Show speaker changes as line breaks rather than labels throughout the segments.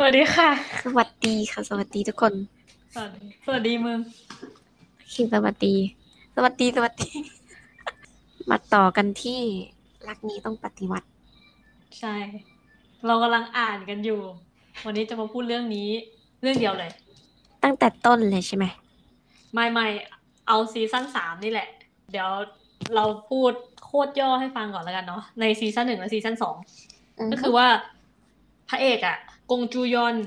วัสดีค่ะ
สวัสดีค่ะสวัสดีทุกคน
สวัสดีมึง
คิดสวัสดีสวัสดีมาต่อกันที่รักนี้ต้องปฏิวัติ
ใช่เรากำลังอ่านกันอยู่วันนี้จะมาพูดเรื่องนี้เรื่องเดียวเลย
ตั้งแต่ต้นเลยใช่ไหม
ไม่เอาซีซั่น 3นี่แหละเดี๋ยวเราพูดโคตรย่อให้ฟังก่อนแล้วกันเนาะในซีซั่น 1และซีซั่น 2
อือฮึ
ก็คือว่าพระเอกอะกงจูยอน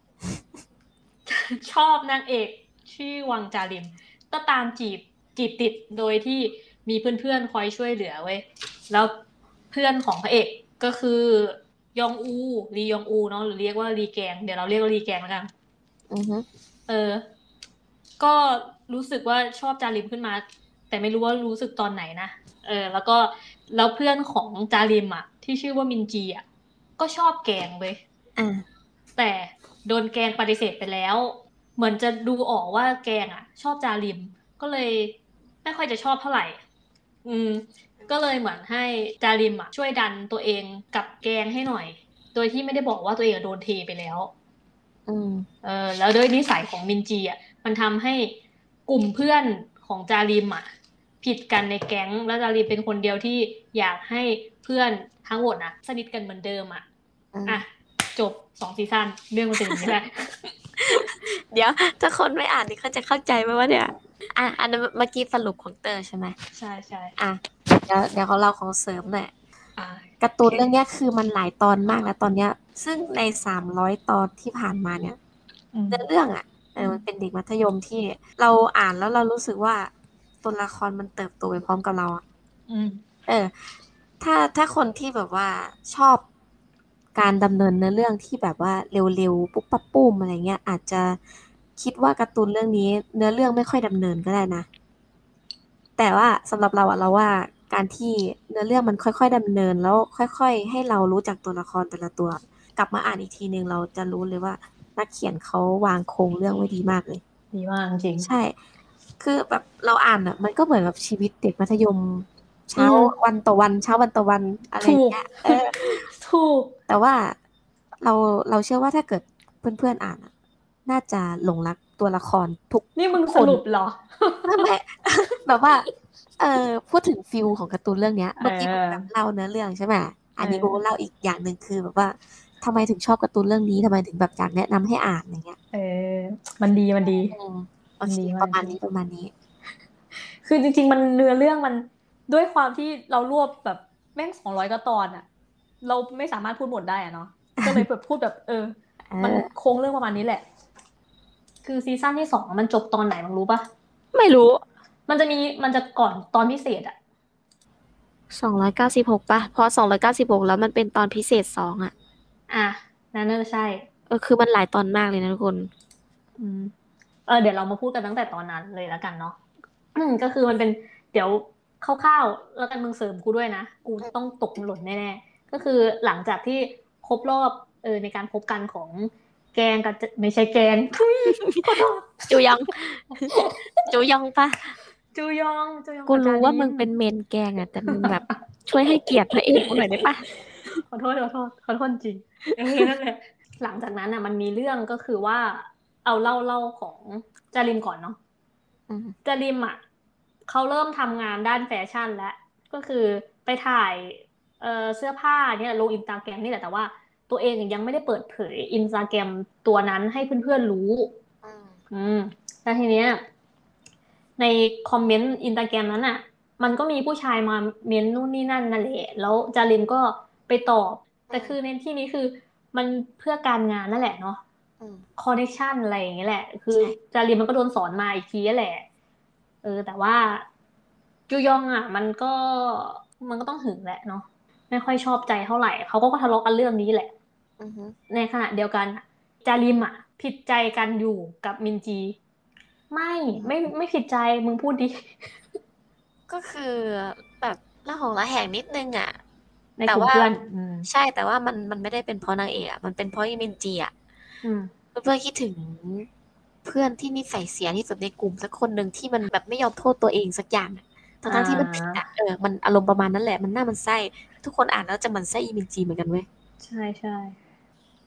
ชอบนางเอกชื่อวังจารินก็ตามจีบติดโดยที่มีเพื่อนๆคอยช่วยเหลือเว้ยแล้วเพื่อนของพระเอกก็คือยองอูลียองอูเนาะหรือเรียกว่าลีแกงเดี๋ยวเราเรียกว่าลีแกงแล้วกัน
อือฮึ
เออก็รู้สึกว่าชอบจาริมขึ้นมาแต่ไม่รู้ว่ารู้สึกตอนไหนนะแล้วเพื่อนของจาริมอ่ะที่ชื่อว่ามินจีอ่ะก็ชอบแกงเว้ย
อ่า
แต่โดนแกงปฏิเสธไปแล้วเหมือนจะดูออกว่าแกงอ่ะชอบจาริมก็เลยไม่ค่อยจะชอบเท่าไหร่อืมก็เลยเหมือนให้จาริมอ่ะช่วยดันตัวเองกับแกงให้หน่อยโดยที่ไม่ได้บอกว่าตัวเองอะโดนเทไปแล้ว
อืม
แล้วด้วยนิสัยของมินจีอ่ะมันทำให้กลุ่มเพื่อนของจาริมอ่ะผิดกันในแก๊งแล้วจาริมเป็นคนเดียวที่อยากให้เพื่อนทั้งหมดอ่ะสนิทกันเหมือนเดิมอ่ะ
อืม
อ่ะ จบ2 ซีซั่นเรื่องมันเป็นอย่างนี้แหละ
เดี๋ยวถ้าคนไม่อ่านนี่เขาจะเข้าใจไหมว่าเนี่ยอันนั้นเมื่อกี้สรุปของเตอร์ใช่ไหม
ใช่ใช่
อ่ะเดี๋ยวของเราของเสริมหน่อยการ์
โอเค
ตูนเรื่องเนี้ยคือมันหลายตอนมากแล้วตอนเนี้ยซึ่งใน300 ตอนที่ผ่านมาเนี่ย
อืม
เนื้อเรื่องอ่ะมันเป็นเด็กมัธยมที่เราอ่านแล้วเรารู้สึกว่าตัวละครมันเติบโตไปพร้อมกับเราอ่ะ
อืม
เออถ้าคนที่แบบว่าชอบการดำเนินเนื้อเรื่องที่แบบว่าเร็วๆปุ๊บปั๊บปุ้มอะไรเงี้ยอาจจะคิดว่าการ์ตูนเรื่องนี้เนื้อเรื่องไม่ค่อยดำเนินก็ได้นะแต่ว่าสำหรับเราอะเราว่าการที่เนื้อเรื่องมันค่อยๆดำเนินแล้วค่อยๆให้เรารู้จักตัวละครแต่ละตัวกลับมาอ่านอีกทีนึงเราจะรู้เลยว่านักเขียนเขาวางโครงเรื่องไว้ดีมากเลย
ดีมากจริง
ใช่ คือแบบเราอ่านอ่ะมันก็เหมือนแบบชีวิตเด็กมัธยม
อื
เช้า
ม
วันต่อวันเช้าวันต่อวันอะไรอ
ถูก
ย่างเงี้ย
ถูก
แต่ว่าเราเราเชื่อว่าถ้าเกิดเพื่อนๆอ่านอ่ะน่าจะหลงรักตัวละครทุก
นี่มึง
ทุกคน
สรุปเหรอ
ไม่แบบว่าเออพูดถึงฟิลของการ์ตูนเรื่องเนี้ย
เ
เมื่อกี้ผมแบบ
ออ
เล่าเนื้อเรื่องใช่ไหม
เอ
อันนี้โบเล่า
อ
อีกอย่างหนึ่งคือแบบว่าทำไมถึงชอบการ์ตูนเรื่องนี้ทำไมถึงแบบอยากแนะนำให้อ่านอย่างเงี้ย
เออมันดีมันดี
อืมโอ
มัน
เค
ดีมากจริง
ประมาณนี้ประมาณนี้
คือจริงๆมันเนื้อเรื่องมันด้วยความที่เรารวบแบบแม่ง200 กว่าตอนอะเราไม่สามารถพูดหมดได้อะเนาะก็เลยแบบพูดแบบมัน
เออ
โครงเรื่องประมาณนี้แหละ คือซีซั่น ที่ 2มันจบตอนไหนมึงรู้ปะ
ไม่รู้
มันจะก่อนตอนพิเศษอ่ะ
296ป่ะพอ296แล้วมันเป็นตอนพิเศษ2อ่ะ
อ่ะนั่นน่าจะใช่
คือมันหลายตอนมากเลยนะทุกคน
อืมเดี๋ยวเรามาพูดกันตั้งแต่ตอนนั้นเลยแล้วกันเนาะก็คือมันเป็นเดี๋ยวคร่าวๆแล้วกันมึงเสริมกูด้วยนะกูต้องตกหล่นแน่ๆก็คือหลังจากที่ครบรอบในการพบกันของแกงกับไม่ใช่แกงทุยขอโทษ
จูยองจูยองป่ะ
จูยอง
กู
กับจาริน
รู้ว่ามึงเป็นเมนแกงอ่ะแต่มึงแบบช่วยให้เกียรติพระเอกกูหน่อยได้ป่ะ
ขอโทษจริงนั่นแหละหลังจากนั้นอ่ะมันมีเรื่องก็คือว่าเอาเล่าของจาริมก่อนเนาะ
อืม
จาริมอ่ะเขาเริ่มทำงานด้านแฟชั่นแล้วก็คือไปถ่ายเสื้อผ้าเนี่ยลงอินสตาแกรมนี่แหละแต่ว่าตัวเองยังไม่ได้เปิดเผยอินสตาแกรมตัวนั้นให้เพื่อนๆรู้
อืม
อืมแล้วทีเนี้ยในคอมเมนต์อินสตาแกรมนั้นอ่ะมันก็มีผู้ชายมาเม้นนู่นนี่นั่นนั่นแหละแล้วจาริมก็ไปตอบ แต่
อืม
คือในที่นี้คือมันเพื่อการงานนั่นแหละเนาะ
อืม
คอนเนคชันอะไรอย่างเงี้ยแหละคือ
ใช่
จารีมันก็โดนสอนมาอีกทีนั่นแหละแต่ว่าจูยองอ่ะมันก็ต้องหึงแหละเนาะไม่ค่อยชอบใจเท่าไหร่เขาก็ทะเลาะกันเรื่องนี้แหละ
อือฮึ
ในขณะเดียวกันอะจาริมอ่ะผิดใจกันอยู่กับมินจีไม่ไม่ผิดใจมึงพูดดิ
ก็คือแบบละหองละแหงนิดนึงอ่ะ
ใน
แต่ว่า
กลุ่มเพื่อน
ใช่แต่ว่ามันไม่ได้เป็นเพราะนางเอกอ่ะมันเป็นเพราะอีมินจีอ่ะ
อืม
เพื่อนคิดถึงเพื่อนที่นิสัยเสียที่สุดในกลุ่มสักคนหนึ่งที่มันแบบไม่ยอมโทษตัวเองสักอย่างอะ
อ่
ทั้งๆที่มันผิด
า
อ่ะมันอารมณ์ประมาณนั้นแหละมันน่ามันไส้ทุกคนอ่านแล้วจะหมั่นไส้อีมินจีเหมือนกันเว้ย
ใช่ใช่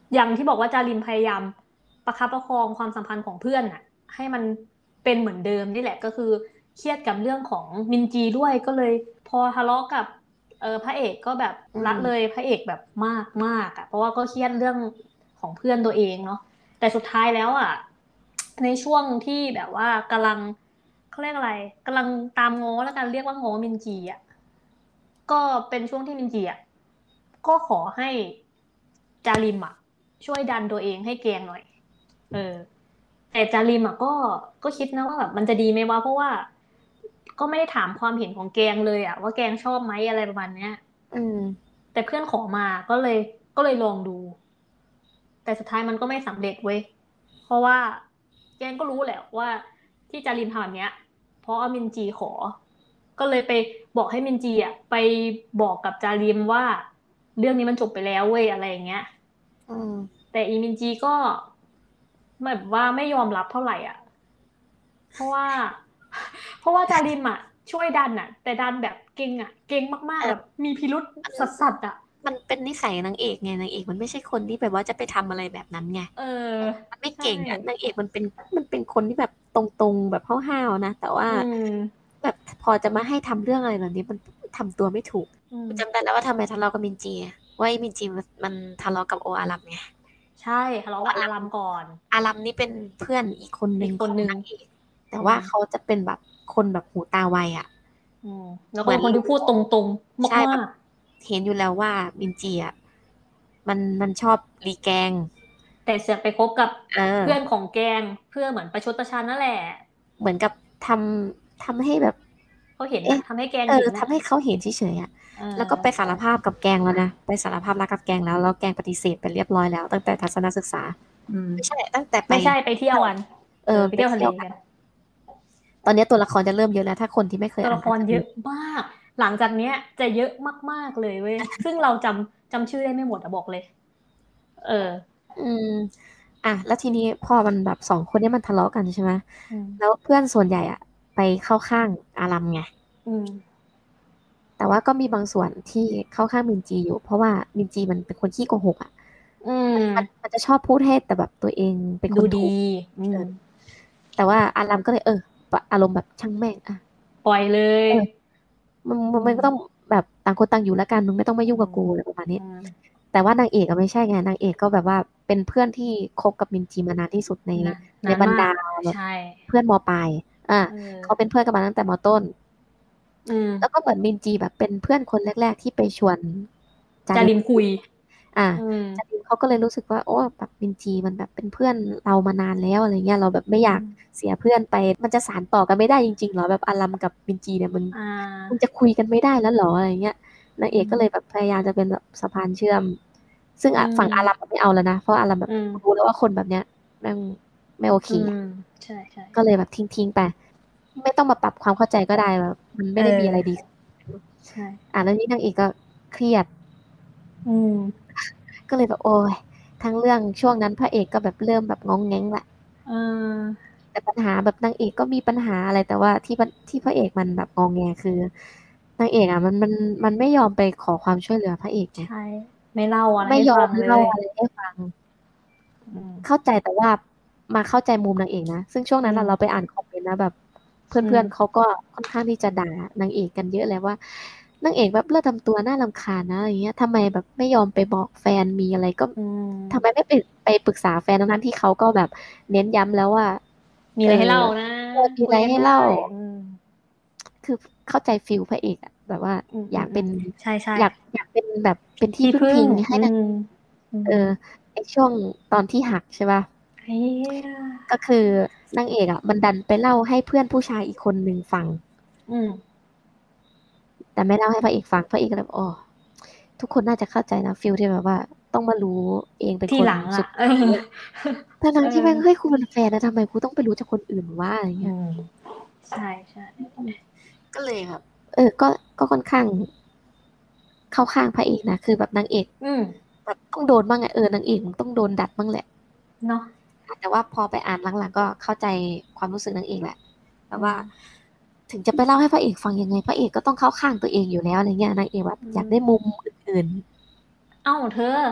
อย่างที่บอกว่าจารินพยายามประคับประคองความสัมพันธ์ของเพื่อนอะให้มันเป็นเหมือนเดิมนี่แหละก็คือเครียดกับเรื่องของมินจีด้วยก็เลยพอทะเลาะกับพระเอกก็แบบ
อื
ละเลย
ม
พระเอกแบบมากมากอะเพราะว่าก็เครียดเรื่องของเพื่อนตัวเองเนาะแต่สุดท้ายแล้วอะในช่วงที่แบบว่ากำลังเขาเรียกอะไรกำลังตามง้อแล้วกันเรียกว่าง้อมินจีอะ ก็เป็นช่วงที่มินจีอ่ะก็ขอให้จาริมอ่ะช่วยดันตัวเองให้แกงหน่อยเออแต่จาริมอ่ะก็คิดนะว่าแบบมันจะดีไหมวะเพราะว่าก็ไม่ได้ถามความเห็นของแกงเลยอ่ะว่าแกงชอบไหมอะไรประมาณเนี้ย
อืม
แต่เพื่อนขอมาก็เลยลองดูแต่สุดท้ายมันก็ไม่สำเร็จเว้ยเพราะว่าแกงก็รู้แหละว่าที่จาริมทำแบบเนี้ยเพราะว่ามินจีขอ ก็เลยไปบอกให้มินจีอ่ะไปบอกกับจาริมว่าเรื่องนี้มันจบไปแล้วเว้ยอะไรอย่างเงี้ย
อืม
แต่อีมินจีก็แบบว่าไม่ยอมรับเท่าไหร่อ่ะเพราะว่าเพราะว่าจาริมอ่ะช่วยดันอ่ะแต่ดันแบบเก่งอ่ะเก่งมากๆแบบ
เออ
มีพิรุษ
มัน
สัสๆอ่ะ
มันเป็นนิสัยนางเอกไงนางเอกมันไม่ใช่คนที่แบบว่าจะไปทำอะไรแบบนั้นไง
เออ
มันไม่
ใช่
เก่งอ่ะนางเอกมันเป็นคนที่แบบตรงๆแบบห้าวๆนะแต่ว่า
อืม
แบบพอจะมาให้ทำเรื่องอะไรแบบนี้มันทำตัวไม่ถูก
อืม
จำได้แล้วว่าทำไมทะเลาะกับมินจีอะว่าไอ้มินจีมันทะเลาะกับโออารัมไง
ใช่ทะเลาะกับอา
โออารัม
รัมก่อน
อารัมนี่เป็นเพื่อนอีกคนหนึ่งของ
อีกคนนึง
นางเอกแต่
อืม
ว่าเขาจะเป็นแบบคนแบบหูตาไวอ่ะ
อืมแล้ว
เหมือนรู้
ก็เป็นคนที่พูดตรง
ใช่แบบ
ๆมาก
เห็นอยู่แล้วว่ามินจีอ่ะมันชอบรีแกง
ๆแต่เสือกไปคบกับ
เออ
เพื่อนของแกงเพื่อเหมือนประชดประชันนั่นแหละ
เหมือนกับทำให้แบบ
เขาเห็นอะ
เอ๊ะ
ทำให้แกงเห็นอะ
ทำให้เขาเห็นเฉยๆอ่ะ
เ
แล้วก็ไป
ออ
สารภาพกับแกงแล้วนะไปสารภาพรักกับแกงแล้วแกงปฏิเสธไปเรียบร้อยแล้วตั้งแต่ทัศนศึกษา
อืม
ไม่ใช่ตั้งแต่ไป
ไม่ใช่ไปเที่ยว
เที่ยว
กันไป
ไป
เที่ยวทะเล
เที่ยวกัน
กัน
ตอนนี้ตัวละครจะเริ่มเยอะแล้วถ้าคนที่ไม่เคย
ตัว
อ่านก็จะรู้
ละครเยอะมากหลังจากเนี้ยจะเยอะมากๆเลยเว้ยซึ่งเราจำชื่อได้ไม่หมดอะบอกเลยเออ
อืมแล้วทีนี้พอมันแบบสองคนเนี้มันทะเลาะกันใช่ไหม
อืม
แล้วเพื่อนส่วนใหญ่อะไปเข้าข้างอารัมไง
อืม
แต่ว่าก็มีบางส่วนที่เข้าข้างมินจีอยู่เพราะว่ามินจีมันเป็นคนขี้โกหกอ่ะ
อื
มัน
ม
จะชอบพูดให้แต่แบบตัวเองเป็นค
ดูดี
นถูก
อืม
เออแต่ว่าอารัมก็เลยอารมณ์แบบช่างแม่งอ่ะ
ปล่อยเลย
เออมันก็ต้อง
อืม
แบบต่างคนต่างอยู่แล้วกันมึงไม่ต้องมายุ่
อืม
งกับกูอะไรประมาณนี้
อืม
แต่ว่านางเอกอะไม่ใช่ไงนางเอกก็แบบว่าเป็นเพื่อนที่คบกับมินจีมานานที่สุดใน
นะ
ในบรรดา
นานมาก
แบบ
ใช่
เพื่อนมปลายอ่ะ
เอ
เขาเป็น
อ
เพื่อนกันมาตั้งแต่มต้น
อืม
แล้วก็เหมือนมินจีแบบเป็นเพื่อนคนแรกๆที่ไปชวนจาริน
จาริมคุย
อ่ะ
อืม
จารินเขาก็เลยรู้สึกว่าโอ้แบบมินจีมันแบบเป็นเพื่อนเรามานานแล้วอะไรเงี้ยเราแบบไม่
อื
อยาก
ม
เสียเพื่อนไปมันจะสานต่อกันไม่ได้จริงๆเหรอแบบอารัมกับมินจีเนี่ยมัน
อ่
มัน
า
จะคุยกันไม่ได้แล้วเหรออะไรเงี้ยนางเอ
อื
กก็เลยแบบ
ม
พยายามจะเป็นแบบสะพานเชื่อมซึ่ง
อื
ฝั่งอารัม
ม
ไม่เอาแล้วนะเพราะอารัมแบบ
อืม
รู้แล้วว่าคนแบบเนี้ยแม่งไม่โอเค
อืม
อะ
ใช่ใช่
ก็เลยแบบทิ้งไปไม่ต้องมาปรับความเข้าใจก็ได้แบบมัน
เอ
ไม่ได้มีอะไรดี
อใช่
แล้วนี่นางเอกก็เครียด
อืม
ก็เลยแบบโอ้ยทั้งเรื่องช่วงนั้นพระเอกก็แบบเริ่มแบบง้องแง้งแหละ
เออ
แต่ปัญหาแบบนางเอกก็มีปัญหาอะไรแต่ว่าที่พระเอกมันแบบงองแงคือนางเอกอ่ะมันไม่ยอมไปขอความช่วยเหลือพระเอกไง
ใช่ไม่เล่าอะไร
ไม่ยอ
ให้ฟังเลย
มเล่าอะไรให้ฟัง
อืม
เข้าใจแต่ว่ามาเข้าใจมุมนางเอกนะซึ่งช่วงนั้นเราไป
อืม
อ่านคอมเมนต์นะแบบเพ
อื
ื่อนๆเขา
ม
ก็ค่อนข้างที่จะด่านางเอกกันเยอะเลยว่านางเอกแบบเลือกทำตัวน่ารำคาญนะอะไรเงี้ยทำไมแบบไม่ยอมไปบอกแฟนมีอะไรก็
อื
ทำไม
ม
ไม่ไปปรึกษาแฟนทั้งนั้นที่เขาก็แบบเน้นย้ำแล้วว่า
มี
เออ
อะไรให้เล่านะ
มี
คุยกันได้
อะไรให้เล่า
อืม
คือเข้าใจฟิลพระเอกอะแบบว่า
อืมอืมอืม
อยากเป็น
ใช่ใช่
อยากเป็นแบบเป็นที่
ที่พึ่ง
พึ่งพิงให้นาง
อืมอื
เอ
ม
อไอช่วงตอนที่หักใช่ป่ะ
เฮีย
ก็คือนางเอกอ่ะมันดันไปเล่าให้เพื่อนผู้ชายอีกคนหนึ่งฟัง
อืม
แต่ไม่เล่าให้พระเอกฟังพระเอกก็เลยบอกอ๋อทุกคนน่าจะเข้าใจนะฟิลที่แบบว่าต้องมารู้เองเป็น
ที
คน
หลังอ่ะ
สุดท้ายอะทั้
เออ
งที่แม่งเฮ้ยกูเป็นแฟนนะทำไมกูต้องไปรู้จากคนอื่นว่าอะไรเงี้ย
อืมใช่ใช่
ก็เลยแบบก็ค่อนข้างเข้าข้างพระเอกนะคือแบบนางเอก
อืม
แบบต้องโดนบ้างไงนางเอกมันต้องโดนดัดบ้างแหละ
เนาะ
แต่ว่าพอไปอ่านหลังๆก็เข้าใจความรู้สึกนางเอกแหละแบบว่า
อืม
ถึงจะไปเล่าให้พระเอกฟังยังไงพระเอกก็ต้องเข้าข้างตัวเองอยู่แล้วอะไรเงี้ยนางเอกแบบ
อื
อยากได้มุ
ม
มอื่น
เอ้าเธอ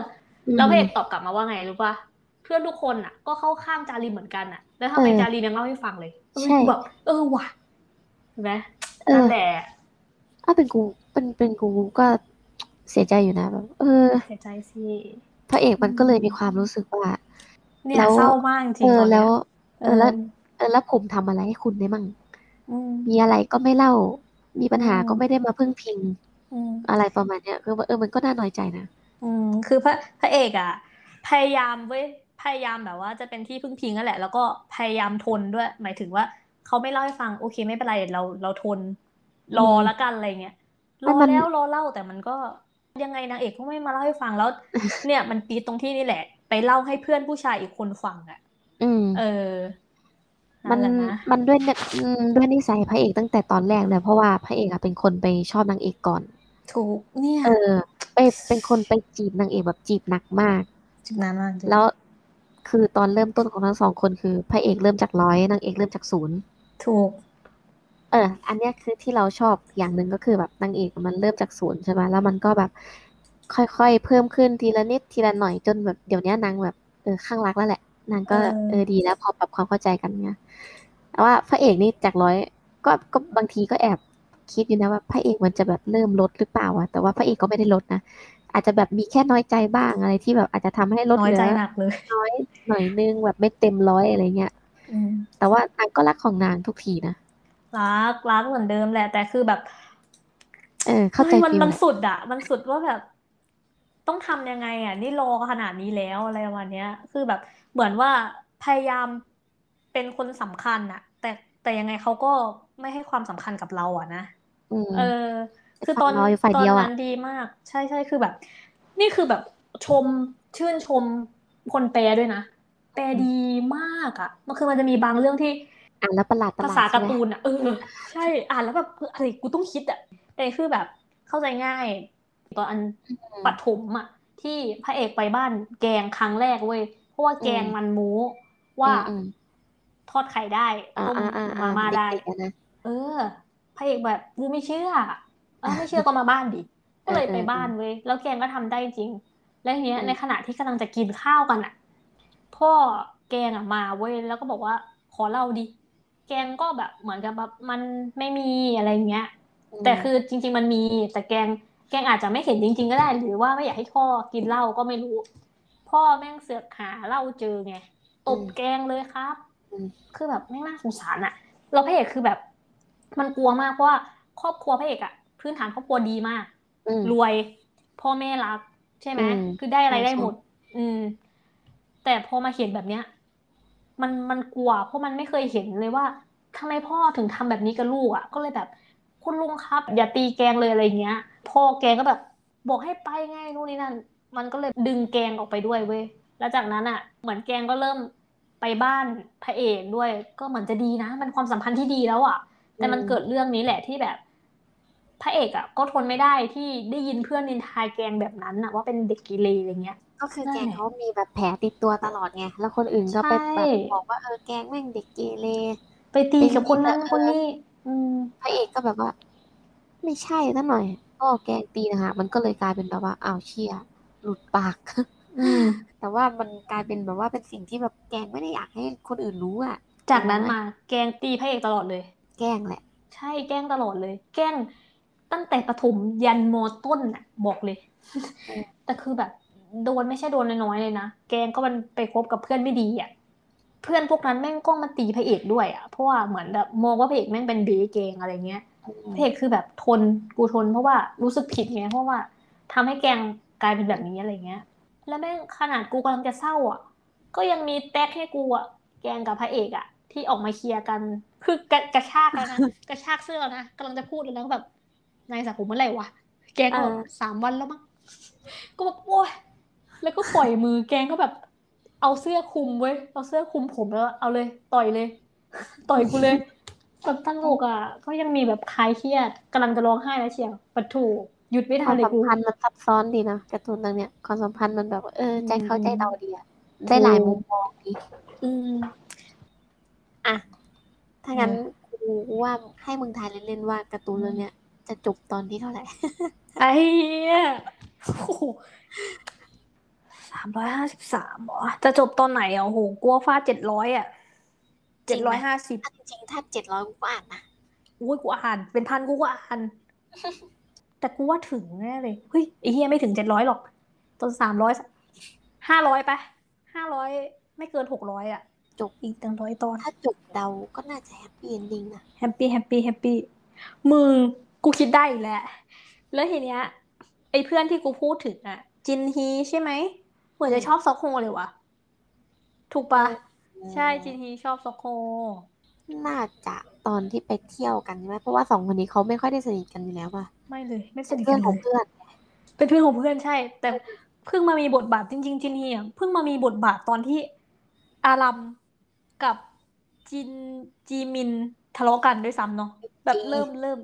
อื
แล้วพระเอกตอบ
ม
กลับมาว่าไงรู้ป่ะเพื่อนทุกคนอ่ะก็เข้าข้างจารีเหมือนกันอ่ะแล้วทำไมจารี
เออ
ยังเล่าให้ฟังเลยเอ้ย
ใช่
กูแบบว่ะเห็นไหม
เออ
นั่นแหละ
ถ้าเป็นกูเป็นกูก็เสียใจอยู่นะแบบ
เสียใจสิ
พระเอก
อื
มันก็เลยมีความ
ม
รู้สึกว่า
เนี่ย
แล้ว
เศร้ามากจ
เออแล้ว
ริงๆตอนเนี้ยเออ
แล้วแล้วผมทำอะไรให้คุณได้มั่ง
อืม
มีอะไรก็ไม่เล่ามีปั
อื
ญหาก็ไม่ได้
ม
มาพึ่งพิง
อืม
อะไรประมาณเนี้ยคือว่ามันก็น่าน้อยใจนะ
คือพระเอกอ่ะพยายามเว้ยพยายามแบบว่าจะเป็นที่พึ่งพิงนั่นแหละแล้วก็พยายามทนด้วยหมายถึงว่าเขาไม่เล่าให้ฟังโอเคไม่เป็นไรเราทนร
อื
อละกั
ม
นอะไรเงี้ยร
มัน
อแล้วรอเล่าแต่มันก็ยังไงนางเอกก็ไม่มาเล่าให้ฟังแล้วเนี่ยมันปีดตรงที่นี่แหละไปเล่าให้เพื่อนผู้ชายอีกคนฟังอ่ะ
อืม
เออนั่
มัน
นแหละนะ
มันด้วยเนี่ยด้วยนิสัยพระเอกตั้งแต่ตอนแรกเลยเพราะว่าพระเอกอะเป็นคนไปชอบนางเอกก่อน
ถูกเนี่ย
เออไปเป็นคนไปจีบนางเอกแบบจีบหนักมาก
จุดนั้นมากจริง
แล้วคือตอนเริ่มต้นของทั้งสองคนคือพระเอกเริ่มจากร้อยนางเอกเริ่มจากศูนย์
ถูก
อันเนี้ยคือที่เราชอบอย่างหนึ่งก็คือแบบนางเอกมันเริ่มจากศูนย์ใช่ไหมแล้วมันก็แบบค่อยๆเพิ่มขึ้นทีละนิดทีละหน่อยจนแบบเดี๋ยวเนี้ยนางแบบข้างรักแล้วแหละนาง
เอ
ก็ดี
อ
แล้วพอปรับความเข้าใจกันเนี่ย แต่ว่าพระเอกนี่จากร้อยก็บางทีก็แอบคิดอยู่นะว่าพระเอกมันจะแบบเริ่มลดหรือเปล่าวะแต่ว่าพระเอกก็ไม่ได้ลดนะอาจจะแบบมีแค่น้อยใจบ้างอะไรที่แบบอาจจะทำให้ลด
น้อยใจ
เหลือ
หนักเลย
น้อยหน่อยนึงแบบไม่เต็มร้อยอะไรเงี้ย
อืม
แต่ว่านางก็รักของนางทุกทีนะ
รักเหมือนเดิมแหละแต่คือแบบ
เข้า
เฮ้ยมัน
ใจฟิลแหละ
มันสุดอะมันสุดว่าแบบต้องทำยังไงอะนี่รอขนาดนี้แล้วอะไรประมาณเนี้ยคือแบบเหมือนว่าพยายามเป็นคนสำคัญอะแต่ยังไงเขาก็ไม่ให้ความสำคัญกับเราอะนะ
อืม
เออ
เป็น
คือตอน
ฝั่งเราอยู่ฝ่ายเดียวอ่ะ
ตอนนั้นดีมากใช่คือแบบนี่คือแบบชมชื่นชมคนแปลด้วยนะแปลดี
อืม
มากอะมันคือมันจะมีบางเรื่องที่
อ่านแล้วประหลาดป
ภา
ระหลาดใช่ไหม
ษาการ์ตูนอ่ะใช่อ่านแล้วแบบอะไรกูต้องคิดอ่ะแต่คือแบบเข้าใจง่ายตอนอัน
อื
ปฐ
ม
มอ่ะที่พระเอกไปบ้านแกงครั้งแรกเว้ยเพราะว่าแกงมัน
อืม
โม้ว่า
อืม
ทอดไข่ได้ต้มมาม่า
เ
ได้
ด็กๆอะนะ
เออพระเอกแบบกูไม่เชื่อไม่เชื่อก็มาบ้านดิก็เลยไปบ้านเว้ยแล้วแกงก็ทำได้จริงแล้วทีเนี้ยในขณะที่กำลังจะกินข้าวกันอ่ะพ่อแกงอ่ะมาเว้ยแล้วก็บอกว่าขอเล่าดิ แกงก็แบบเหมือนกับแบบมันไม่มีอะไรเงี้ย
อื
แต่คือ
ม
จริงๆมันมีแต่แกงอาจจะไม่เห็นจริงๆก็ได้หรือว่าไม่อยากให้พ่อกินเหล้าก็ไม่รู้พ่อแม่งเสือกหาเหล้าเจอไงตบแก
อืม
งเลยครับ
อืม
คือแบบไม่งน่าสงสารอะเราพระเอกคือแบบมันกลัวมากเพราะว่าครอบครัวพระเอกอะพื้นฐานครอบครัวดีมาก
อืม
รวยพ่อแม่รักใช่ไหม
อืม
คือได้อะ
ใช่ใช่
ไรได้หมดอืมแต่พอมาเห็นแบบเนี้ย มันกลัวเพราะมันไม่เคยเห็นเลยว่าทำไมพ่อถึงทำแบบนี้กับลูกอ่ะก็เลยแบบคุณลุงครับอย่าตีแกงเลยอะไรเงี้ยพ่อแกก็แบบบอกให้ไปไงนู่นนี่นั่นมันก็เลยดึงแกงออกไปด้วยเว้ยแล้วจากนั้นอ่ะเหมือนแกงก็เริ่มไปบ้านพระเอกด้วยก็เหมือนจะดีนะมันความสัมพันธ์ที่ดีแล้วอ่ะ
อื
แต่มันเกิด
ม
เรื่องนี้แหละที่แบบพระเอกอ่ะก็ทนไม่ได้ที่ได้ยินเพื่อนนินทาแกงแบบนั้นอ่ะว่าเป็นเด็กกีเลอะไรเงี้ย
ก็คือ
นั่นแหละ
แกงเขามีแบบแผลติดตัวตลอดไงแล้วคนอื่น
ใช
ก็ไปแบบบ่อกว่าแกงแม่งเด็กเกเร
ไปตี
เป็น
กับคนนั้น
งี้แต่
คนนี้อืม
พระเอกก็แบบว่าไม่ใช่ซะหน่อยก็แกงตีนะคะมันก็เลยกลายเป็นแบบว่าอ้าวเชี่ยหลุดปาก
อืม
แต่ว่ามันกลายเป็นแบบว่าเป็นสิ่งที่แบบแกงไม่ได้อยากให้คนอื่นรู้อ่ะ
จากนั้นมา
นึกออกไหม
แกล้งตีพระเอกตลอดเลย
แกล้งแหละ
ใช่แกล้งตลอดเลยแกล้งตั้งแต่ประถมยันมต้นน่ะบอกเลย
อืม
แต่คือแบบโดนไม่ใช่โดนน้อยๆเลยนะแกล้งก็มันไปคบกับเพื่อนไม่ดีอ่ะเพื่อนพวกนั้นแม่งก็มาตีพระเอกด้วยอ่ะเพราะว่าเหมือนแบบมองว่าพระเอกแม่งเป็นเบ๊เกงอะไรเงี้ย
อื
พระเอก
ม
คือแบบทนกูทนเพราะว่ารู้สึกผิดไงเพราะว่าทำให้แกงกลายเป็นแบบนี้อะไรเงี้ยแล้วแม่งขนาดกูกำลังจะเศร้าอ่ะ ก็ยังมีแท็กให้กูอะแกงกับพระเอกอะที่ออกมาเคลียร์กันคือกระชากแล้วนะกระชากเสื้อแล้วนะกำลังจะพูดเลยแล้วก็แบบนายสระผมเมื่อไหร่วะแกง
เอ
ก็แบบ
อ
3 วันแล้วมั้งก็แบบโอ้ยแล้วก็ปล่อยมือแกงก็แบบเอาเสื้อคลุมเว้ยเอาเสื้อคลุมผมแล้วเอาเลยต่อยเลยต่อยกูเลยแบบตลกอ่ะก็ยังมีแบบคลายเครียดกำลังจะร้องไห้แล้วเชียวปัดถูหยุดไม่
ความสัม
ทันเลยกู
พันธ์มันซับซ้อนดีนะการ์ตูนเรื่องเนี้ยความสัมพันธ์มันแบบว่า
อื
ใจเขาใจ
ม
เราดีอะได้
ถู
หลายมุ
ก
มมองดี
อืม
อ่ะ ถ้างั้น
นะ
กูว่าให้มึงทายเล่นๆว่าการ์ตูนเรื่องเนี้ยจะจบตอนที่เท่าไหร่
ไอ้เหี้ยโอ้โห 353หรอจะจบตอนไหนอ่ะโอ้โหกลัวฟาด700อ่ะเจ็ด
จริงไหม
ร้อยห้าสิบ
ถ้าจริงๆถ้า700กูก็อ่านนะ
อุ้ยกูอ่านเป็นพันกูก็อ่านแต่กูว่าถึงแน่เลยเฮ้ยไอ้เฮียไม่ถึง700หรอกตอน300500ไป500ไม่เกิน600อ่ะ
จบ
อีกตั้ง100 ตอน
ถ้าจบเดาก็น่าจะแฮปปี้เอนดิ้งนะ
แฮปปี้แฮปปี้แฮปปี้มึงกูคิดได้อีกแล้วแล้วทีเนี้ยไอ้เพื่อนที่กูพูดถึงอ่ะจินฮีใช่ไหมเหมือน
อืม
จะชอบซอกโฮเลยวะถูก
เอ
ปะใช่จิน
อ
ฮีชอบซอกโฮ
น่าจะตอนที่ไปเที่ยวกันใช่ไหมเพราะว่า2 คนนี้เขาไม่ค่อยได้สนิทกันอยู่แล้วป่ะ
ไม่เลยไม่ส
เป็นเพื่อ
นิทกันเลย
นของเพื่อน
เป็นเพื่อนของเพื่อนใช่แต่เพิ่งมามีบทบาทจริงๆจินเฮียเพิ่งมามีบทบาทตอนที่อารัมกับจินจีมินทะเลาะกันด้วยซ้ำเนาะแบบ
จี
เริ่ม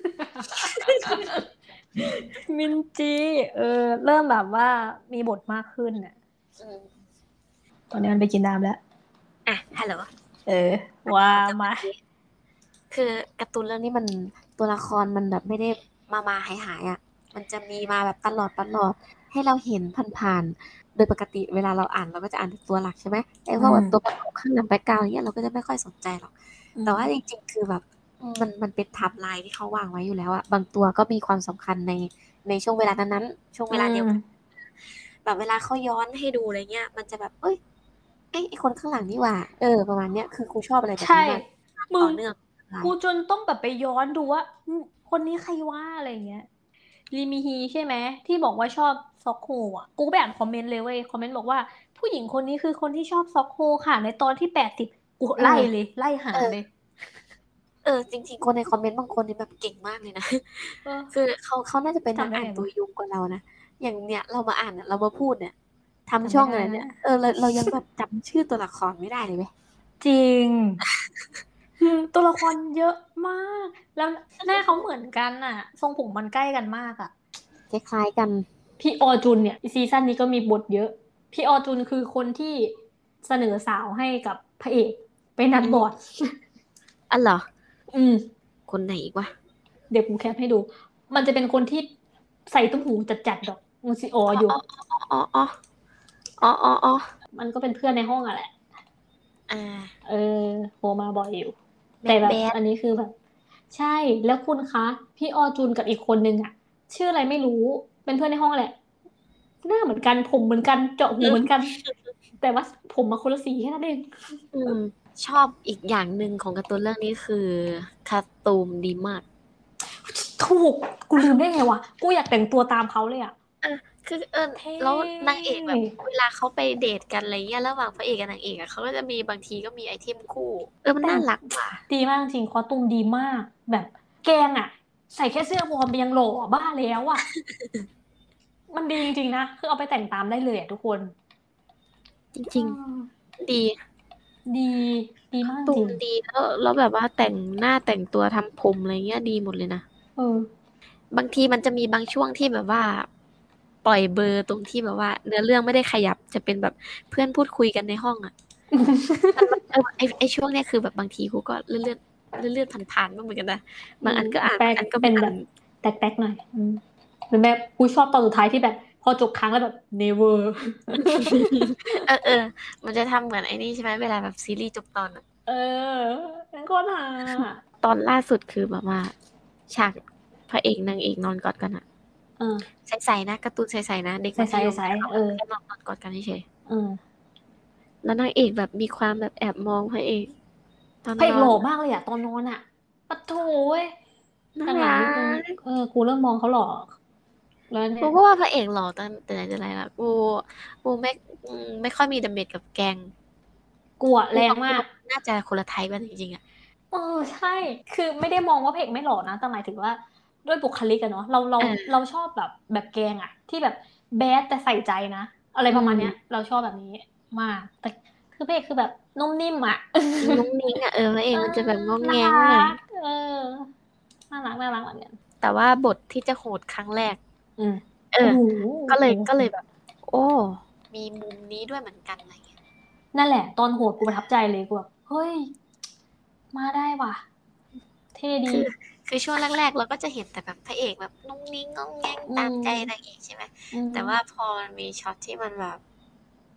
มินจีเริ่มแบบว่ามีบทมากขึ้นน่ะ
อืม
ตอนนี้มันไปกินน้ำแล้ว
อ่ะฮัลโหล
เออว่า
ต่อจาก
มา
เมื่อกี้คือการ์ตูนเรื่องนี้มันตัวละครมันแบบไม่ได้มาหายอ่ะมันจะมีมาแบบตลอดให้เราเห็นผ่านๆโดยปกติเวลาเราอ่านเราก็จะอ่านแต่ตัวหลักใช่ไหมไอ้
อื
พวกแบบตัวป
ม
ระกอบข้างหลังแบ็กกราวด์อย่างเงี้ยเราก็จะไม่ค่อยสนใจหรอก
อืม
แต่ว่าจริงๆคือแบบมันเป็นไทม์ไลน์ที่เขาวางไว้อยู่แล้วอะบางตัวก็มีความสำคัญในช่วงเวลานั้นๆช่วง
อื
เวลาเดียวกัน
ม
แบบเวลาเขาย้อนให้ดูอะไรเงี้ยมันจะแบบเอ้ย ไอ้คนข้างหลังนี่หว่าประมาณเนี้ยคือครูชอบอะไรแบบ
ใช่
นี้มาก
มึง
ต่อเนื่องอะไร
กูจนต้องแบบไปย้อนดูว่าคนนี้ใครว่าอะไรเงี้ย ลีมีฮีใช่ไหมที่บอกว่าชอบซอกโฮอ่ะกูก็ไปอ่านคอมเมนต์เลยเว้ยคอมเมนต์บอกว่าผู้หญิงคนนี้คือคนที่ชอบซอกโฮค่ะในตอนที่80กู
เออ
ไล่เลยไล่หา
เออ
เลย
จริงๆคนในคอมเมนต์บางคนนี่แบบเก่งมากเลยนะคือ
เออ
เขาน่าจะเป็นนัก
จำได้ไงวะ
อ่านตัวยุงกว่าเรานะอย่างเนี้ยเรามาอ่านเนี่ยเรามาพูดเนี่ย
จำ
ทำช่
ไม่ได้นะ
องอะไรเนี่ยเรายังแบบจำชื่อตัวละครไม่ได้เลยเว้ย
จริงตัวละครเยอะมากแล้วหน้าเขาเหมือนกันน่ะทรงผมมันใกล้กันมากอ่ะ
คล้ายๆกัน
พี่ออจุนเนี่ยซีซั่นนี้ก็มีบทเยอะพี่ออจุนคือคนที่เสนอสาวให้กับพระเอกไปนัด
อืม
บอร์ด
อ๋อเหรอ
อืม
คนไหนอีกวะ
เดี๋ยวกูแคปให้ดู มันจะเป็นคนที่ใส่ตุ้มหูจัดๆดอกมูซิโออยู่
อ๋ออ๋ออ๋ออ๋ออ๋ออ๋อ
มันก็เป็นเพื่อนในห้องอะแหละ
อ่า
เออโทรมาบ่อยอยู่
แบดแบด
แต่แบบอันนี้คือแบบใช่ แล้วคุณคะพี่ออจุนกับอีกคนนึงอะชื่ออะไรไม่รู้ เป็นเพื่อนในห้องแหละ หน้าเหมือนกัน ผมเหมือนกัน เจาะหูเหมือนกัน แต่ว่าผมมาคนละสีแค่นั้นเอง
อืมชอบอีกอย่างหนึ่งของการ์ตูนเรื่องนี้คือคาตูมดีมาก
ถูก กูลืมได้ไงวะ กูอยากแต่งตัวตามเขาเลยอะ
อ่ะคือ
เท่
แล้วนางเอกแบบเวลาเขาไปเดทกันอะไรเงี้ยระหว่างพระเอกกับนางเอกอ่ะเขาก็จะมีบางทีก็มีไอเทมคู่มัน
แต่ง
น่ารักว่ะ
ดีมากจริงคอสตูมดีมาก แบบแกงอะใส่แค่เสื้อวอร์มยังหล่อบ้าแล้วอะ มันดีจริงๆนะ คือเอาไปแต่งตามได้เลยอะทุกคน
จ
อื
ริง
ม
ๆดี
ดี ดีมาก
ตูม
จริง
ดีแล้วแบบว่าแต่งหน้าแต่งตัวทำผมอะไรเงี้ยดีหมดเลยนะ
เออ
บางทีมันจะมีบางช่วงที่แบบว่าปล่อยเบอร์ตรงที่แบบว่าเนื้อเรื่องไม่ได้ขยับจะเป็นแบบเพื่อนพูดคุยกันในห้องอ่ะไอช่วงเนี้ยคือแบบบางทีกูก็เลื่อนผ่านๆบ้างเหมือนกันนะ
อืม
บางอันก็อ่าน
แปลก
บางอันก็
เป็นแบบ
ไม่อ่าน
แตกๆหน่อยหรือแบบกูชอบตอนสุดท้ายที่แบบพอจบครั้งแล้วแบบ never
มันจะทำเหมือนไอ้นี่ใช่ไหมเวลาแบบซีรีส์จบตอนอะ
เออนั่นโคตรหา
ตอนล่าสุดคือแบบว่าฉากพระเอกนางเอกนอนกอดกันอะ
เออ
ใสๆนะการ์ตูนใสๆนะเด็ก
ใส่ใส่
มัธยม
ใส่
แต่เขา
เออ
แบบแค่นอนกอดกันเฉย
เออ
ๆแล้วนางเอกแบบมีความแบบแอบมองพระเอกตอน
พระเอกหล่อ
นอน
มากเลยอะตอนนอนอะปะโถเว้ย
น่า
หลัง
รั
ๆนี่กู
ก
กูเริ่มมองเขาหล่อแล้วเนี่ย
กูก็ว่าพระเอกหล่อตั้งแต่ไหนแต่ไรละกูไม่ค่อยมีดาเมจกับแกง
กูอะแรงมาก
กูว่าน่าจะคนละไทป์กันจริงๆอะ
เออใช่คือไม่ได้มองว่าเพลงไม่หล่อนะแต่หมายถึงว่าด้วยบุคลิกอะเนาะเรา
เออ
ชอบแบบแกงอะที่แบบแบดแต่ใส่ใจนะอะไร
อื
ประมาณเนี้ย
ม
เราชอบแบบนี้มากแต่คือเพลงคือแบบนุ่มนิ่มอะ
นุ้งนิ้งอะพระเอ
เออ
กมันจะแบบงอง
น่ารั
แงงหน่อย
กน่ารักเหมือนกัน
แต่ว่าบทที่จะโหดครั้งแรก
อืม
เออ
โอ้โห
ก็เลยแบบโอ้มีมุมนี้ด้วยเหมือนกันอะไรเงี้ย
นั่นแหละตอนโหดกูประทับใจเลยกูแบบเฮ้ยมาได้ว่ะเท่ดี
คือคือช่วงแรกๆเราก็จะเห็นแต่แบบพระเอกแบบนุ่งนิ้งงองแงง
อื
ตามใจนาง
ม
เอกใช่ไหม
อื
แต่ว่า
ม
พอมันมีช็อตที่มันแบบ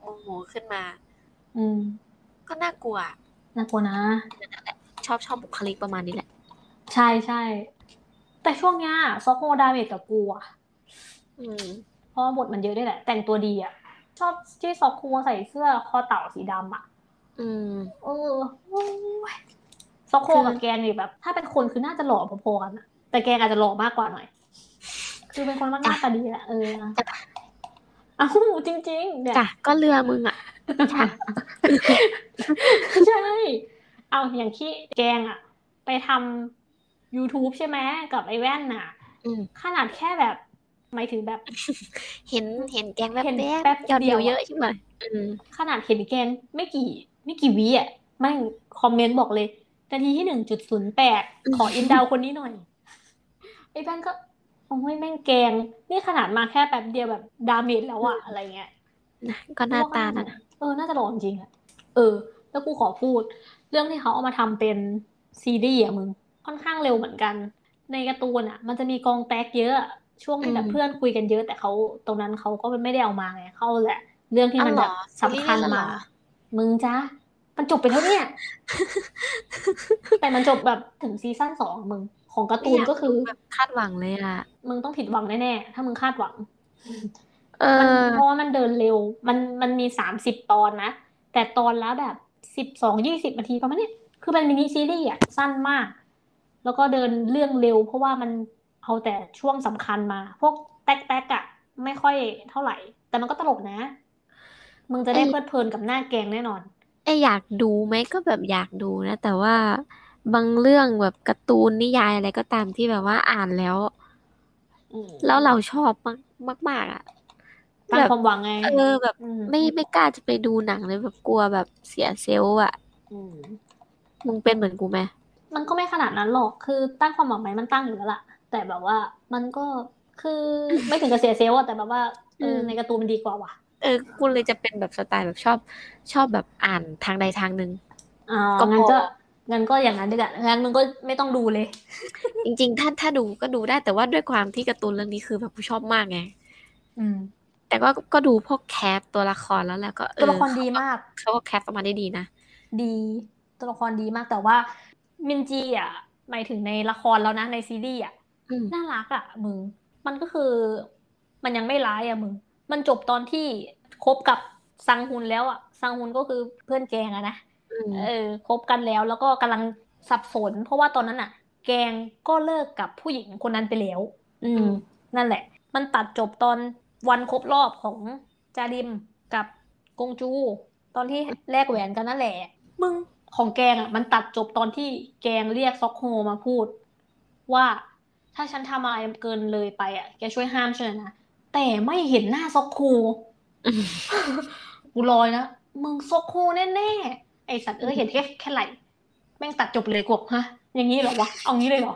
โมโหขึ้นมา
อืม
ก็น่ากลัว
น่ากลัวนะ
ชอบบุคลิกประมาณนี้แหละ
ใช่ใช่แต่ช่วงเนี้ยซอกโฮดาเมจกับกูอะ
อืม
เพราะว่าบทมันเยอะด้วยแหละแต่งตัวดีอะชอบที่ซอกโฮใส่เสื้อคอเต่าสีดำอะ
อืม
เออโอ้ยซอกโฮ
คือ
กับแกนนี่แบบถ้าเป็นคนคือน่าจะหล่อพอๆกันอะแต่แกนอาจจะหล่อมากกว่าหน่อยคือเป็นคนห
จ้ะ
น้าตาดีแหละเออ
จ้ะ
อ้าวจริงๆเนี่ย
จ้ะก็เรือมึงอ่ะจ้ะ
ใช่เอาอย่างที่แกงอะไปทำ YouTube ใช่ไหมกับไอ้แว่นน่ะ
อืม
ขนาดแค่แบบหมายถึงแบบ
เห็นแกงแว
เห็น
บ
แป๊บ
ๆยอดวิว
เดียวอะ
เยอะใช่ไหมอืม
ขนาดเห็นแกงไม่กี่วิอะแม่งคอมเมนต์บอกเลยนาทีที่1.08ขออินดาวคนนี้หน่อยไอ้แว่นก็โอ้ยแม่งแกงนี่ขนาดมาแค่แป๊บเดียวแบบดาเมจแล้วอะอะไรเงี้ย
นะก็ห
กู
น้า
ว่าก็น่าจะ
ตานะ
น่าจะหล่อจริงๆอะเออแล้วกูขอพูดเรื่องที่เขาเอามาทำเป็นซีรีส์อะมึงค่อนข้างเร็วเหมือนกันในการ์ตูนอะมันจะมีกองแต๊กเยอะอะช่วง
อื
ที่แบบเพื่อน
ม
คุยกันเยอะแต่เขาตรงนั้นเขาก็ไม่ได้เอามาไงเข้าแหละเรื่องที่
อ๋อเหรอ
มันแบบ
ซีรี
สำคัญมา
ส์เล่นแล้วเหรอ
มึงจ้ามันจบไปแล้วเนี่ยแต่มันจบแบบถึงซีซั่น 2มึงของการ์
ไม่อยาก
ตูนก็คือ
ดูแบบคาดหวังเลยอ่ะ
มึงต้องผิดหวังแน่ๆถ้ามึงคาดหวัง
เอ
เพราะว่า
อ
มันเดินเร็วมันมี30 ตอนนะแต่ตอนละแบบ12-20 นาทีประมาณเนี้ยคือเป็นมินิซีรีส์อ่ะสั้นมากแล้วก็เดินเรื่องเร็วเพราะว่ามันเอาแต่ช่วงสำคัญมาพวกแต๊กอ่ะไม่ค่อยเท่าไหร่แต่มันก็ตลกนะมึงจะ
ไอ
ได้เพลิดเพลินกับหน้าแกงแน่นอน
อยากดูไหมก็แบบอยากดูนะแต่ว่าบางเรื่องแบบการ์ตูนนิยายอะไรก็ตามที่แบบว่าอ่าน
อื
แล้วเรา
ม
ชอบมากอ่ะ
ตั้
แบบ
งความหวังไง
เออแบบ
อืม
ไม่กล้าจะไปดูหนังเลยแบบกลัวแบบเสียเซลล์อ่ะ
อืม
มึงเป็นเหมือนกูไหม
มันก็ไม่ขนาดนั้นหรอกคือตั้งความหวังไหมมันตั้งอยู่แล้วล่ะแต่แบบว่ามันก็คือไม่ถึงกับเสียเซลล์อะแต่แบบว่าในการ์
อืม
ตูนมันดีกว่าว่ะ
กูเลยจะเป็นแบบสไตล์แบบชอบแบบอ่านทางใดทางหนึ่ง
อ่า
ก็พอ
งั้นก็อย่างนั้นดีกว่างั้นมึงก็ไม่ต้องดูเลย
จริงๆถ้าดูก็ดูได้แต่ว่าด้วยความที่การ์ตูนเรื่องนี้คือแบบผู้ชอบมากไง
อืม
แต่ก็ดูพวกแคสตัวละครแล้วก็
ตัวละคร
เขาก็
ดีมาก
เขาก็แคสออกมาได้ดีนะ
ดีตัวละครดีมากแต่ว่ามินจีอ่ะหมายถึงในละครแล้วนะในซีรีส์อ่ะ
อืม
น่ารักอ่ะมึงมันก็คือมันยังไม่ร้ายอ่ะมึงมันจบตอนที่คบกับซังฮุนแล้วอ่ะซังฮุนก็คือเพื่อนแกงอะนะ
อืม
เออคบกันแล้วก็กำลังสับสนเพราะว่าตอนนั้นอ่ะแกงก็เลิกกับผู้หญิงคนนั้นไปแล้วอืม
อืม
นั่นแหละมันตัดจบตอนวันครบรอบของจาริมกับกงจูตอนที่แลกแหวนกันนั่นแหละมึงของแกงอ่ะมันตัดจบตอนที่แกงเรียกซอกโฮมาพูดว่าถ้าฉันทำอะไรเกินเลยไปอ่ะแกช่วยห้ามฉันหน่อยนะแต่ไม่เห็นหน้าซอกโฮ
อืม
กูลอยนะมึงซกคูแน่ๆไอสัตว์เห็นแค่ไหลแม่งตัดจบเลยกบฮะอย่างนี้เหรอวะเอางี้เลยเหรอ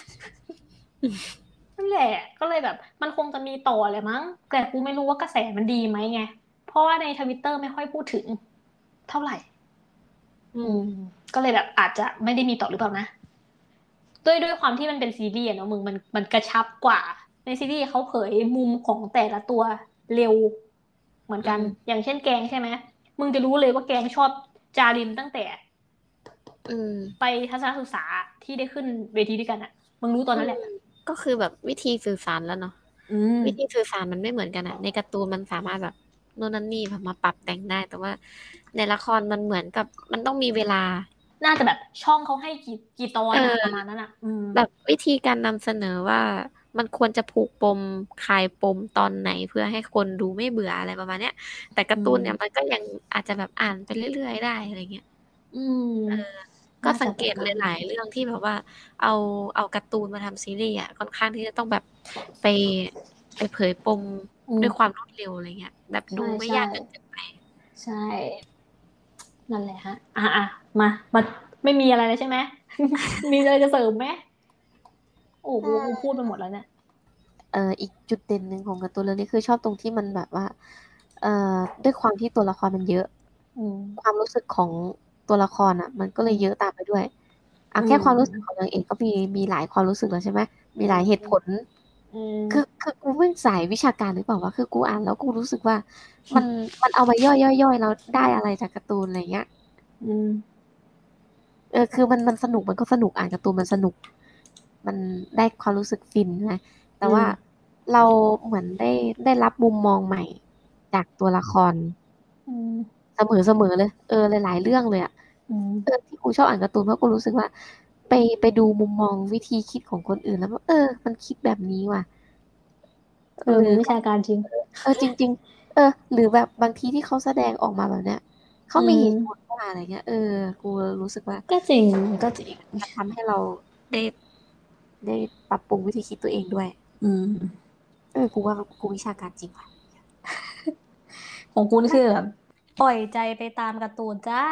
นั่นแหละก็เลยแบบมันคงจะมีต่อเลยมั้งแต่กูไม่รู้ว่ากระแสมันดีไหมไงเพราะว่าในทวิตเตอร์ไม่ค่อยพูดถึงเท่าไหร่
อื
อืม
ม
ก็เลยแบบอาจจะไม่ได้มีต่อหรือเปล่านะด้วยความที่มันเป็นซีรีส์อะเนาะมึงมันกระชับกว่าในซีรีส์เขาเผยมุมของแต่ละตัวเร็วเหมือนกัน
อืม
อย่างเช่นแกงใช่ไหมมึงจะรู้เลยว่าแกงชอบจาริมตั้งแต่
อืม
ไปทัศนศึกษาที่ได้ขึ้นเวทีด้วยกันอะมึงรู้ตอน
อืม
นั้นแหละ
ก็คือแบบวิธีสื่อสารแล้วเนาะ
อืม
วิธีสื่อสารมันไม่เหมือนกันอะในการ์ตูนมันสามารถแบบโน่นนั่นนี่แบบมาปรับแต่งได้แต่ว่าในละครมันเหมือนกับมันต้องมีเวลา
น่าจะแบบช่องเขาให้กี่ตอนอะประมา
เออ
ณนั้นอะอืม
แบบวิธีการนำเสนอว่ามันควรจะผูกปมคลายปมตอนไหนเพื่อให้คนดูไม่เบื่ออะไรประมาณเนี้ยแต่การ์ตู
อืม
นเนี่ยมันก็ยังอาจจะแบบอ่านไปเรื่อยๆได้อะไรเงี้ย
อืม
ก็
น่าจะ
สังเกต
แบบนั้น
หลายๆเรื่องที่แบบว่าเอาเอาการ์ตูนมาทำซีรีส์อ่ะค่อนข้างที่จะต้องแบบไปไปเผยปม
อืม
ด้วยความรวดเร็วอะไรเงี้ยแบบดู
ใช่ใช่
ไม่ยากจนเกินไป
ใช่นั่นแหละฮะมาไม่มีอะไรเลยใช่ไหมมีอะไรจะเสริมไหมโอ้กูพูดไปหมดแล้วเนี่ย
อีกจุดเด่นหนึ่งของการ์ตูนเรื่องนี้คือชอบตรงที่มันแบบว่าเอ่อด้วยความที่ตัวละครมันเยอะ
อืม
ความรู้สึกของตัวละครอ่ะมันก็
อื
เลยเยอะ
ม
ตามไปด้วย
อื
แค่ความรู้สึกของ
ม
นางเอกก็มีหลายความรู้สึกแล้วใช่ไหมมี
อื
หลายเหตุผล
มอืม
เพิ่งสายวิชาการหรือเปล่าวะคือกูอ่านแล้วกูรู้สึกว่ามันมันเอามาย่อยแล้วได้อะไรจากการ์ตูนอะไรเงี้ย
อืม
คือมันสนุกมันก็สนุกอ่านการ์ตูนมันสนุกมันได้ความรู้สึกฟินนะแต่
อืม
ว่าเราเหมือนได้รับมุมมองใหม่จากตัวละคร
อืม
เสมอเลยหลายๆเรื่องเลยอ่ะ
อืม
ที่กูชอบอ่านการ์ตูนเพราะกูรู้สึกว่าไปดูมุมมองวิธีคิดของคนอื่นแล้วว่ามันคิดแบบนี้ว่ะหรือ
มันวิชาการจริง
จริงๆหรือแบบบางทีที่เขาแสดงออกมาแบบเนี้ยเขา
อื
มีเหตุผล
ม
ว่าอะไรเงี้ยกูรู้สึกว่า
ก็จริงก็จริง
มันทำให้เราได้ได้ปรับปรุงวิธีคิดตัวเองด้วย
อืม
กูว่ากูวิชาการจริงว่ะ
ของกูนี่คือแบบปล่อยใจไปตามการ์ตูนจ้า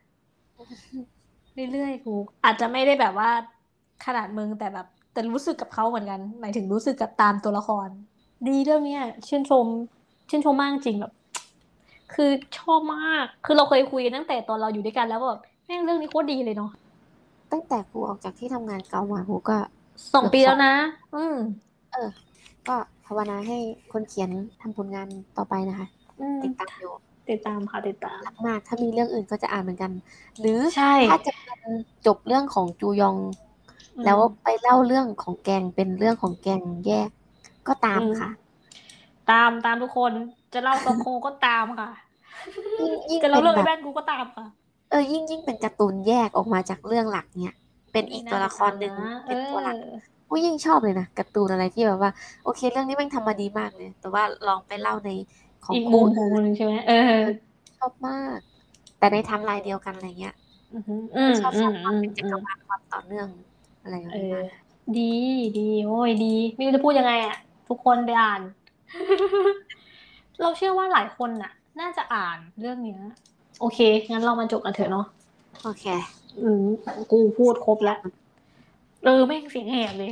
เรื่อยๆกูอาจจะไม่ได้แบบว่าขนาดมึงแต่แบบแต่รู้สึกกับเขาเหมือนกันหมายถึงรู้สึกกับตามตัวละครดีเรื่องเนี้ยชื่นชมมากจริงแบบคือชอบมากคือเราเคยคุยกันตั้งแต่ตอนเราอยู่ด้วยกันแล้วว่าแบบแม่งเรื่องนี้โคตรดีเลยเนาะ
ตั้งแต่กูออกจากที่ทำงานเก่ามากูก็
สอง
เกือบ
ปีแล้วนะอืม
เออก็ภาวนาให้คนเขียนทำผลงานต่อไปนะคะ
อืม
ติดตามอยู่
ติดตามค่ะติดตาม
รักมากถ้ามีเรื่องอื่นก็จะอ่านเหมือนกันหรือ
ใช่
ถ้าจะเป็นจบเรื่องของจูยอง
อื
แล้วไป
ม
เล่าเรื่องของแกงเป็นเรื่องของแกงแยกก็ตา
อืม
มค่ะ
ตามทุกคนจะเล่าซอกโคก็ตามค่ะ
ยิ่ง
จะเล่า
เป็นแบบ
เรื่องไอ้แว่นกูก็ตามค่ะ
ยิ่งเป็นการ์ตูนแยกออกมาจากเรื่องหลักเนี่ยเป็นอี
นี่
กตัว
น่าติดตาม
ละครหนึ่ง
นะเอ
เป็นตัวหลัก
อ
กูยิ่งชอบเลยนะการ์ตูนอะไรที่แบบว่าโอเคเรื่องนี้แม่งทำมาดีมากเลยแต่ว่าลองไปเล่าในของ
อีกมุ
คู่อื่น
มของมึงใช่ไหมเออ
เออชอบมากแต่ในไทม์ไลน์เดียวกันอะไรเงี้ย
อืมอืม
ชอบความ
อืม
เป็นจั
อืม
กรวาลความต่อเนื่องอะไรแบบ
เออ
นี้มาก
ดีดีโอ้ยดีไม่รู้จะพูดยังไงอ่ะทุกคนไปอ่านเราเชื่อว่าหลายคนน่ะน่าจะอ่านเรื่องเนี้ยโอเคงั้นเรามาจบกันเถอะเนาะ
โอเค
อืมกูพูดครบแล้วแม่งเสียงแหบเลย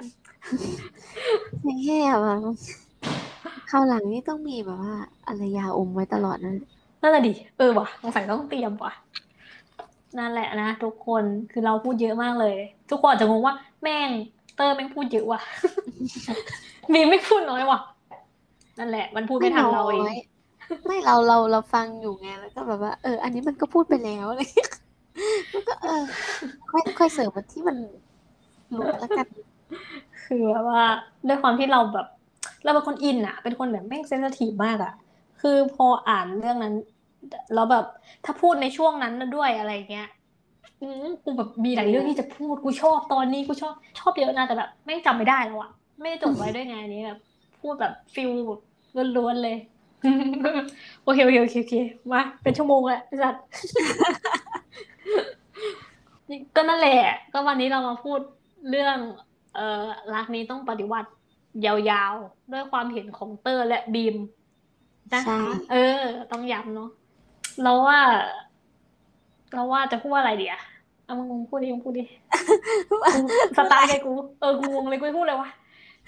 ไม่แย่ว่ะคราวหลังนี่ต้องมีแบบว่าอะไรยาอมไว้ตลอดนะ
นั่นแหละดิว่ะสงสัยต้องเตรียมว่ะ นั่นแหละนะทุกคนคือเราพูดเยอะมากเลยทุกคนอาจจะงงว่าแม่งเตอร์แม่งพูดเยอะว่ะบีมไม่พูดน้อยว่ะนั่นแหละมันพูดไม่ทัน
ไม่น้อ
เราเอง
ยไม่เราฟังอยู่ไงแล้วก็แบบว่าอันนี้มันก็พูดไปแล้วเลย มันก็ค่อยเสิร์ฟมันที่มันหลุดแล้วกัน
คือแบบว่าด้วยความที่เราแบบเราเป็นคนอินอะเป็นคนแบบแม่งเซนซิทีฟมากอะคือพออ่านเรื่องนั้นแล้วแบบถ้าพูดในช่วงนั้นด้วยอะไรเงี้ยกูแบบมีหลายเรื่องที่จะพูดกูชอบตอนนี้กูชอบเยอะนะแต่แบบไม่งจำไม่ได้แล้วอะไม่ได้จดไว้ด้วยไงอันนี้แบบพูดแบบฟิลแบบล้วนๆเลยโอเคโอเคโอเคโอเคมาเป็นชั่วโมงแหละไอ้สัตว์ก็นั่นแหละก็วันนี้เรามาพูดเรื่องเอ่อรักนี้ต้องปฏิวัติยาวๆด้วยความเห็นของเตอร์และบีมนะ
ใช่
คะต้องย้ำเนาะเราว่าเราว่าจะพูดว่าอะไรดีอะเอามึงพูดดิมึงพูดดิกูสตันเลยกูกูงงเลยกูจะพูดเลยวะ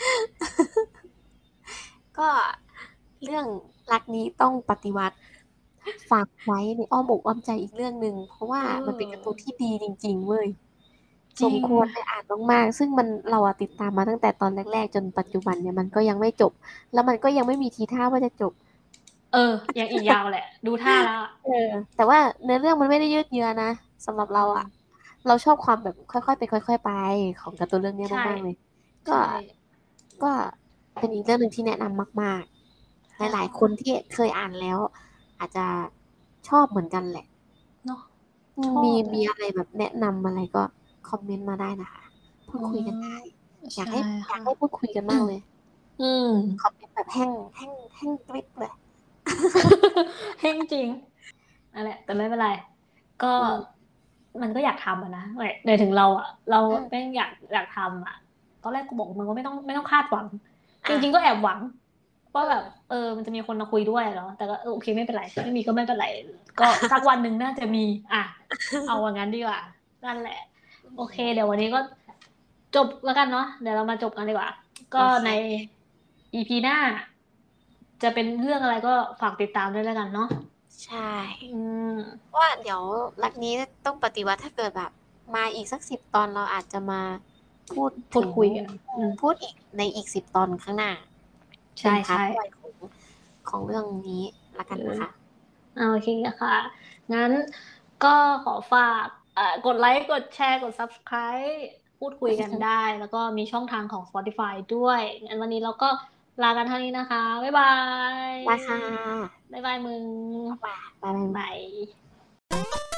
ก็เรื่องรักนี้ต้องปฏิวัติฝากไว้ในอ้อมอกอ้อมใจอีกเรื่องหนึ่งเพราะว่า
เอ
มันเป็นการ์ตูน
อ
ที่ดีจริงๆเว้ย
จริง
สมควรได้อ่านมากๆซึ่งเราอะติดตามมาตั้งแต่ตอนแรกๆจนปัจจุบันเนี่ยมันก็ยังไม่จบแล้วมันก็ยังไม่มีทีท่าว่าจะจบ
ยังอีกยาวแหละดูท่าแล้วอะ
เออแต่ว่าเนื้อเรื่องมันไม่ได้ยืดเยื้อนะสำหรับ
อื
เราอะ
ม
เราชอบความแบบค่อยๆไปค่อยๆไปของการ์ตูนเรื่องเนี้ย
ใช่
มากๆเลยก็
ใช่
ก็เป็นอีกเรื่องหนึ่งที่แนะนำมากๆห
ใช่
ลายๆคนที่เคยอ่านแล้วอาจจะชอบเหมือนกันแหละ
เนาะ
อื
ช
มมี
อบแหละ
มีอะไรแบบแนะนำอะไรก็คอมเมนต์มาได้นะคะพู
อื
ดคุยกันได้
ม
อยาก
ใช่
ให้อยาก
ค่ะ
ให้พูดคุยกันมากเลย
อืม
คอมเมนต์แบบแห้งกริบเลย
เฮงจริงนั่นแหละแต่ไม่เป็นไรก็
อืม
มันก็อยากทำอะนะหมายถึงเราอะเรา
อืม
แม่งอยากทำอะตอนแรกกูบอกมึงก็ไม่ต้องคาดหวังจ
อ่ะ
ริงๆก็แอบหวังว่าแบบ
อืม
มันจะมีคนมาคุยด้วยเหรอแต่ก็โอเคไม่เป็นไรไม่มีก็ไม่เป็นไรก็สักวันหนึ่งน่าจะมีอ่ะเอาอย่างนั้นดีกว่านั่นแหละโอเคเดี๋ยววันนี้ก็จบแล้วกันเนาะเดี๋ยวเรามาจบกันดีกว่าก็
โอเค
ในอีพีหน้าจะเป็นเรื่องอะไรก็ฝากติดตามด้วยแล้วกันเนาะ
ใช่
อืม
ว่าเดี๋ยวรักนี้ต้องปฏิวัติถ้าเกิดแบบมาอีกสัก10 ตอนเราอาจจะมาพูด
พูด
ถึง
คุยกันอืม
พูดอีกในอีก10 ตอนข้างหน้า
ใช่
เป็นพาร์ท
ใช่
ย่อยของเรื่องนี้ละกันนะคะ
โอเคค่ะงั้นก็ขอฝากกดไลค์กดแชร์กด Subscribe พูดคุยกันได้แล้วก็มีช่องทางของ Spotify ด้วยงั้นวันนี้เราก็ลากันเท่านี้นะคะบ๊ายบาย
ได้ค่ะ
บ๊ายบายมึง
บ๊ายบาย
บาย